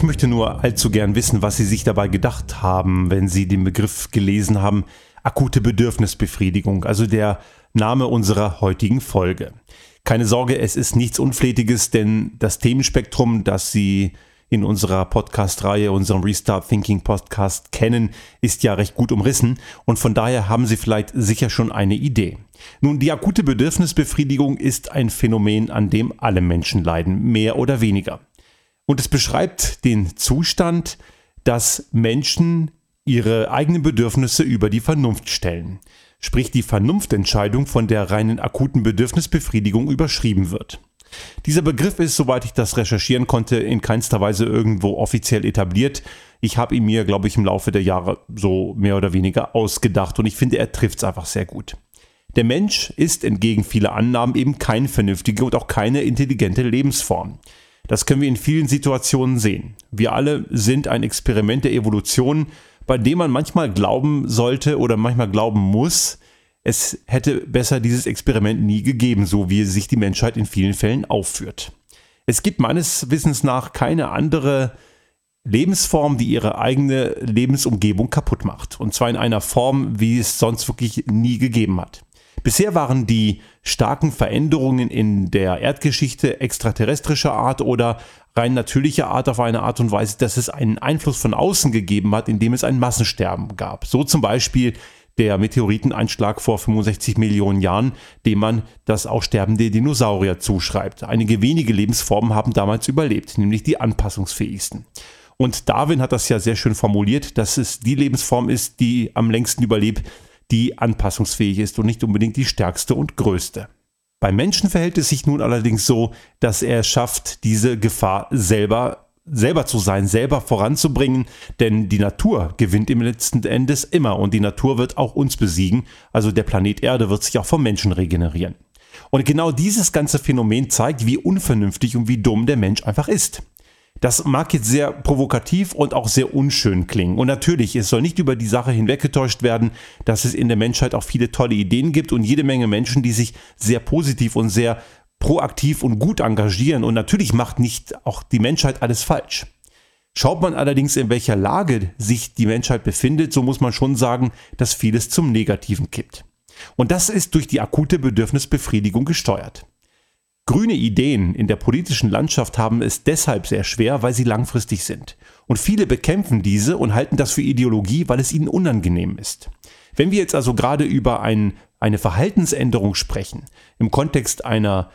möchte nur allzu gern wissen, was Sie sich dabei gedacht haben, wenn Sie den Begriff gelesen haben, akute Bedürfnisbefriedigung, also der Name unserer heutigen Folge. Keine Sorge, es ist nichts Unflätiges, denn das Themenspektrum, das Sie in unserer Podcast-Reihe, unserem Restart Thinking Podcast kennen, ist ja recht gut umrissen und von daher haben Sie vielleicht sicher schon eine Idee. Nun, die akute Bedürfnisbefriedigung ist ein Phänomen, an dem alle Menschen leiden, mehr oder weniger. Und es beschreibt den Zustand, dass Menschen ihre eigenen Bedürfnisse über die Vernunft stellen. Sprich, die Vernunftentscheidung von der reinen akuten Bedürfnisbefriedigung überschrieben wird. Dieser Begriff ist, soweit ich das recherchieren konnte, in keinster Weise irgendwo offiziell etabliert. Ich habe ihn mir, glaube ich, im Laufe der Jahre so mehr oder weniger ausgedacht und ich finde, er trifft es einfach sehr gut. Der Mensch ist entgegen vieler Annahmen eben keine vernünftige und auch keine intelligente Lebensform. Das können wir in vielen Situationen sehen. Wir alle sind ein Experiment der Evolution, bei dem man manchmal glauben sollte oder manchmal glauben muss, es hätte besser dieses Experiment nie gegeben, so wie sich die Menschheit in vielen Fällen aufführt. Es gibt meines Wissens nach keine andere Lebensform, die ihre eigene Lebensumgebung kaputt macht. Und zwar in einer Form, wie es sonst wirklich nie gegeben hat. Bisher waren die starken Veränderungen in der Erdgeschichte extraterrestrischer Art oder rein natürlicher Art auf eine Art und Weise, dass es einen Einfluss von außen gegeben hat, indem es ein Massensterben gab. So zum Beispiel der Meteoriteneinschlag vor 65 Millionen Jahren, dem man das Aussterben der Dinosaurier zuschreibt. Einige wenige Lebensformen haben damals überlebt, nämlich die anpassungsfähigsten. Und Darwin hat das ja sehr schön formuliert, dass es die Lebensform ist, die am längsten überlebt, die anpassungsfähig ist und nicht unbedingt die stärkste und größte. Beim Menschen verhält es sich nun allerdings so, dass er es schafft, diese Gefahr selber zu sein, selber voranzubringen, denn die Natur gewinnt im letzten Endes immer und die Natur wird auch uns besiegen, also der Planet Erde wird sich auch vom Menschen regenerieren. Und genau dieses ganze Phänomen zeigt, wie unvernünftig und wie dumm der Mensch einfach ist. Das mag jetzt sehr provokativ und auch sehr unschön klingen. Und natürlich, es soll nicht über die Sache hinweggetäuscht werden, dass es in der Menschheit auch viele tolle Ideen gibt und jede Menge Menschen, die sich sehr positiv und sehr proaktiv und gut engagieren. Und natürlich macht nicht auch die Menschheit alles falsch. Schaut man allerdings, in welcher Lage sich die Menschheit befindet, so muss man schon sagen, dass vieles zum Negativen kippt. Und das ist durch die akute Bedürfnisbefriedigung gesteuert. Grüne Ideen in der politischen Landschaft haben es deshalb sehr schwer, weil sie langfristig sind. Und viele bekämpfen diese und halten das für Ideologie, weil es ihnen unangenehm ist. Wenn wir jetzt also gerade über eine Verhaltensänderung sprechen, im Kontext eines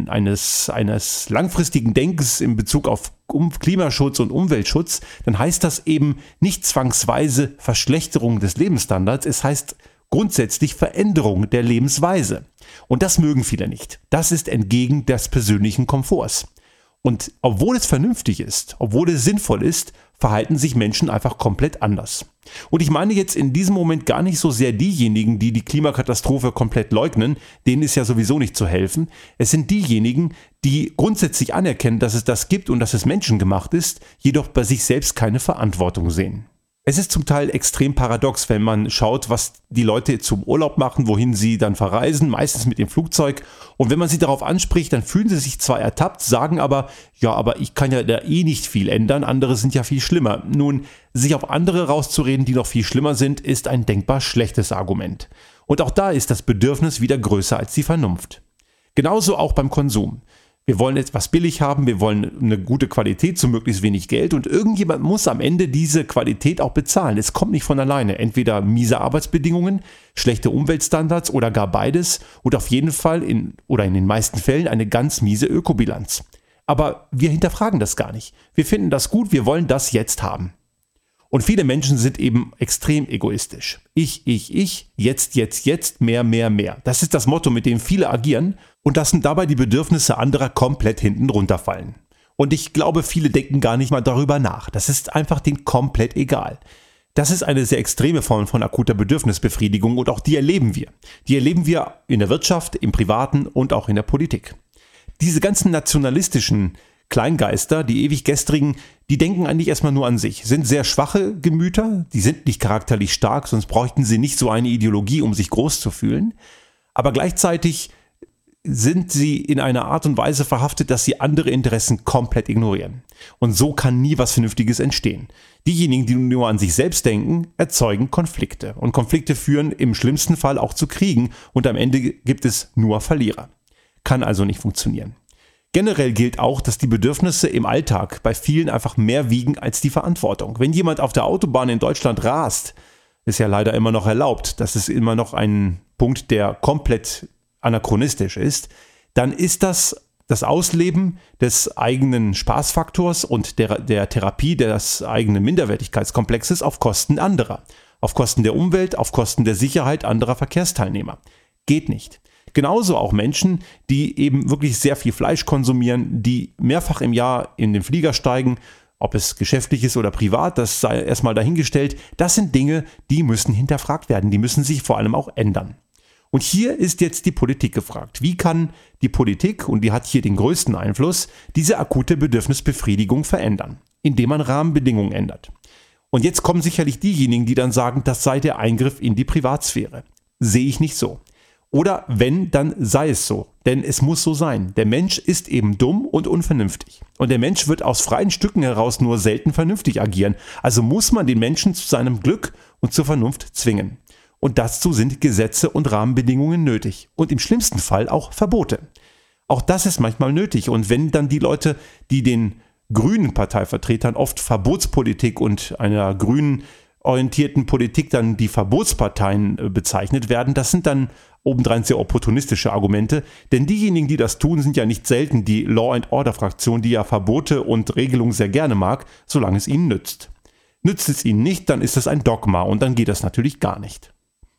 langfristigen Denkens in Bezug auf Klimaschutz und Umweltschutz, dann heißt das eben nicht zwangsweise Verschlechterung des Lebensstandards, es heißt grundsätzlich Veränderung der Lebensweise. Und das mögen viele nicht. Das ist entgegen des persönlichen Komforts. Und obwohl es vernünftig ist, obwohl es sinnvoll ist, verhalten sich Menschen einfach komplett anders. Und ich meine jetzt in diesem Moment gar nicht so sehr diejenigen, die die Klimakatastrophe komplett leugnen, denen ist ja sowieso nicht zu helfen. Es sind diejenigen, die grundsätzlich anerkennen, dass es das gibt und dass es menschengemacht ist, jedoch bei sich selbst keine Verantwortung sehen. Es ist zum Teil extrem paradox, wenn man schaut, was die Leute zum Urlaub machen, wohin sie dann verreisen, meistens mit dem Flugzeug. Und wenn man sie darauf anspricht, dann fühlen sie sich zwar ertappt, sagen aber, ja, aber ich kann ja da eh nicht viel ändern, andere sind ja viel schlimmer. Nun, sich auf andere rauszureden, die noch viel schlimmer sind, ist ein denkbar schlechtes Argument. Und auch da ist das Bedürfnis wieder größer als die Vernunft. Genauso auch beim Konsum. Wir wollen etwas billig haben, wir wollen eine gute Qualität zu möglichst wenig Geld und irgendjemand muss am Ende diese Qualität auch bezahlen. Es kommt nicht von alleine. Entweder miese Arbeitsbedingungen, schlechte Umweltstandards oder gar beides und auf jeden Fall in den meisten Fällen eine ganz miese Ökobilanz. Aber wir hinterfragen das gar nicht. Wir finden das gut, wir wollen das jetzt haben. Und viele Menschen sind eben extrem egoistisch. Ich, jetzt, mehr. Das ist das Motto, mit dem viele agieren und lassen dabei die Bedürfnisse anderer komplett hinten runterfallen. Und ich glaube, viele denken gar nicht mal darüber nach. Das ist einfach denen komplett egal. Das ist eine sehr extreme Form von akuter Bedürfnisbefriedigung und auch die erleben wir. Die erleben wir in der Wirtschaft, im Privaten und auch in der Politik. Diese ganzen nationalistischen Kleingeister, die ewig gestrigen, die denken eigentlich erstmal nur an sich, sind sehr schwache Gemüter, die sind nicht charakterlich stark, sonst bräuchten sie nicht so eine Ideologie, um sich groß zu fühlen. Aber gleichzeitig sind sie in einer Art und Weise verhaftet, dass sie andere Interessen komplett ignorieren. Und so kann nie was Vernünftiges entstehen. Diejenigen, die nur an sich selbst denken, erzeugen Konflikte. Und Konflikte führen im schlimmsten Fall auch zu Kriegen und am Ende gibt es nur Verlierer. Kann also nicht funktionieren. Generell gilt auch, dass die Bedürfnisse im Alltag bei vielen einfach mehr wiegen als die Verantwortung. Wenn jemand auf der Autobahn in Deutschland rast, ist ja leider immer noch erlaubt, das ist immer noch ein Punkt, der komplett anachronistisch ist, dann ist das Ausleben des eigenen Spaßfaktors und der Therapie des eigenen Minderwertigkeitskomplexes auf Kosten anderer, auf Kosten der Umwelt, auf Kosten der Sicherheit anderer Verkehrsteilnehmer. Geht nicht. Genauso auch Menschen, die eben wirklich sehr viel Fleisch konsumieren, die mehrfach im Jahr in den Flieger steigen, ob es geschäftlich ist oder privat, das sei erstmal dahingestellt. Das sind Dinge, die müssen hinterfragt werden, die müssen sich vor allem auch ändern. Und hier ist jetzt die Politik gefragt. Wie kann die Politik, und die hat hier den größten Einfluss, diese akute Bedürfnisbefriedigung verändern, indem man Rahmenbedingungen ändert? Und jetzt kommen sicherlich diejenigen, die dann sagen, das sei der Eingriff in die Privatsphäre. Sehe ich nicht so. Oder wenn, dann sei es so. Denn es muss so sein. Der Mensch ist eben dumm und unvernünftig. Und der Mensch wird aus freien Stücken heraus nur selten vernünftig agieren. Also muss man den Menschen zu seinem Glück und zur Vernunft zwingen. Und dazu sind Gesetze und Rahmenbedingungen nötig. Und im schlimmsten Fall auch Verbote. Auch das ist manchmal nötig. Und wenn dann die Leute, die den grünen Parteivertretern oft Verbotspolitik und einer grünen orientierten Politik dann die Verbotsparteien bezeichnet werden, das sind dann obendrein sehr opportunistische Argumente, denn diejenigen, die das tun, sind ja nicht selten die Law-and-Order-Fraktion, die ja Verbote und Regelungen sehr gerne mag, solange es ihnen nützt. Nützt es ihnen nicht, dann ist das ein Dogma und dann geht das natürlich gar nicht.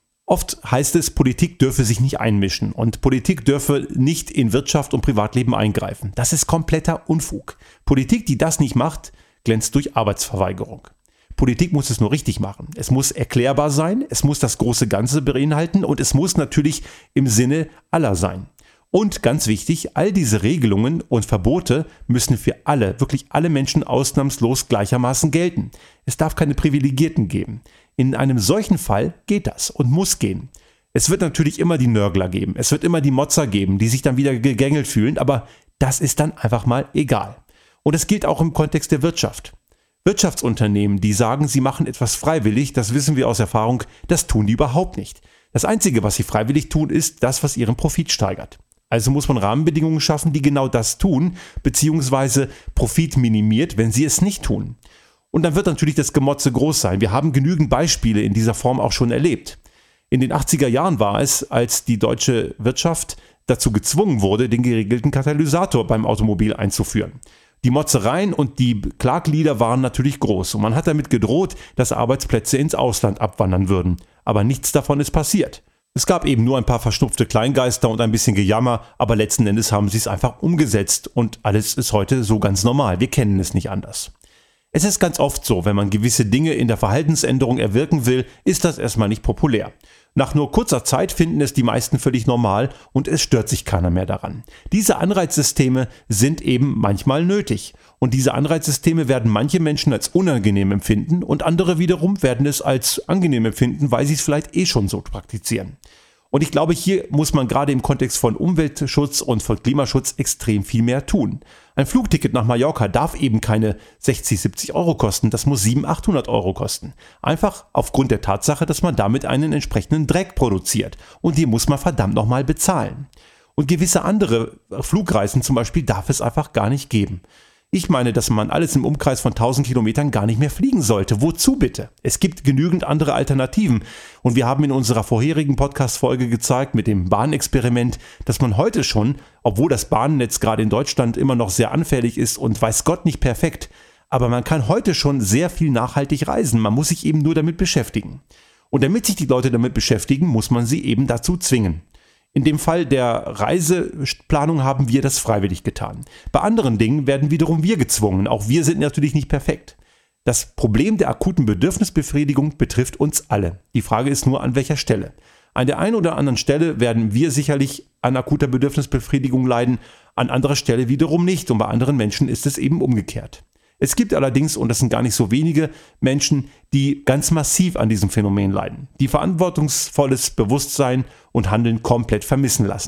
Oft heißt es, Politik dürfe sich nicht einmischen und Politik dürfe nicht in Wirtschaft und Privatleben eingreifen. Das ist kompletter Unfug. Politik, die das nicht macht, glänzt durch Arbeitsverweigerung. Politik muss es nur richtig machen. Es muss erklärbar sein, es muss das große Ganze beinhalten und es muss natürlich im Sinne aller sein. Und ganz wichtig, all diese Regelungen und Verbote müssen für alle, wirklich alle Menschen ausnahmslos gleichermaßen gelten. Es darf keine Privilegierten geben. In einem solchen Fall geht das und muss gehen. Es wird natürlich immer die Nörgler geben, es wird immer die Motzer geben, die sich dann wieder gegängelt fühlen, aber das ist dann einfach mal egal. Und es gilt auch im Kontext der Wirtschaft. Wirtschaftsunternehmen, die sagen, sie machen etwas freiwillig, das wissen wir aus Erfahrung, das tun die überhaupt nicht. Das Einzige, was sie freiwillig tun, ist das, was ihren Profit steigert. Also muss man Rahmenbedingungen schaffen, die genau das tun, beziehungsweise Profit minimiert, wenn sie es nicht tun. Und dann wird natürlich das Gemotze groß sein. Wir haben genügend Beispiele in dieser Form auch schon erlebt. In den 80er Jahren war es, als die deutsche Wirtschaft dazu gezwungen wurde, den geregelten Katalysator beim Automobil einzuführen. Die Motzereien und die Klaglieder waren natürlich groß und man hat damit gedroht, dass Arbeitsplätze ins Ausland abwandern würden. Aber nichts davon ist passiert. Es gab eben nur ein paar verschnupfte Kleingeister und ein bisschen Gejammer, aber letzten Endes haben sie es einfach umgesetzt und alles ist heute so ganz normal. Wir kennen es nicht anders. Es ist ganz oft so, wenn man gewisse Dinge in der Verhaltensänderung erwirken will, ist das erstmal nicht populär. Nach nur kurzer Zeit finden es die meisten völlig normal und es stört sich keiner mehr daran. Diese Anreizsysteme sind eben manchmal nötig und diese Anreizsysteme werden manche Menschen als unangenehm empfinden und andere wiederum werden es als angenehm empfinden, weil sie es vielleicht schon so praktizieren. Und ich glaube, hier muss man gerade im Kontext von Umweltschutz und von Klimaschutz extrem viel mehr tun. Ein Flugticket nach Mallorca darf eben keine 60, 70 Euro kosten, das muss 700, 800 Euro kosten. Einfach aufgrund der Tatsache, dass man damit einen entsprechenden Dreck produziert. Und die muss man verdammt nochmal bezahlen. Und gewisse andere Flugreisen zum Beispiel darf es einfach gar nicht geben. Ich meine, dass man alles im Umkreis von 1000 Kilometern gar nicht mehr fliegen sollte. Wozu bitte? Es gibt genügend andere Alternativen. Und wir haben in unserer vorherigen Podcast-Folge gezeigt mit dem Bahnexperiment, dass man heute schon, obwohl das Bahnnetz gerade in Deutschland immer noch sehr anfällig ist und weiß Gott nicht perfekt, aber man kann heute schon sehr viel nachhaltig reisen. Man muss sich eben nur damit beschäftigen. Und damit sich die Leute damit beschäftigen, muss man sie eben dazu zwingen. In dem Fall der Reiseplanung haben wir das freiwillig getan. Bei anderen Dingen werden wiederum wir gezwungen. Auch wir sind natürlich nicht perfekt. Das Problem der akuten Bedürfnisbefriedigung betrifft uns alle. Die Frage ist nur, an welcher Stelle. An der einen oder anderen Stelle werden wir sicherlich an akuter Bedürfnisbefriedigung leiden, an anderer Stelle wiederum nicht. Und bei anderen Menschen ist es eben umgekehrt. Es gibt allerdings, und das sind gar nicht so wenige Menschen, die ganz massiv an diesem Phänomen leiden, die verantwortungsvolles Bewusstsein und Handeln komplett vermissen lassen.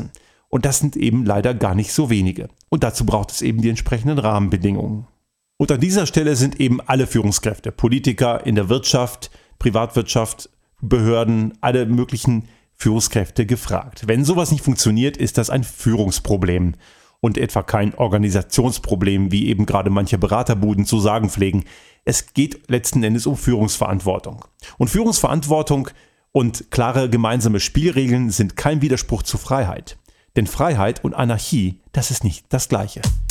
Und das sind eben leider gar nicht so wenige. Und dazu braucht es eben die entsprechenden Rahmenbedingungen. Und an dieser Stelle sind eben alle Führungskräfte, Politiker in der Wirtschaft, Privatwirtschaft, Behörden, alle möglichen Führungskräfte gefragt. Wenn sowas nicht funktioniert, ist das ein Führungsproblem und etwa kein Organisationsproblem, wie eben gerade manche Beraterbuden zu sagen pflegen. Es geht letzten Endes um Führungsverantwortung. Und Führungsverantwortung und klare gemeinsame Spielregeln sind kein Widerspruch zu Freiheit. Denn Freiheit und Anarchie, das ist nicht das Gleiche.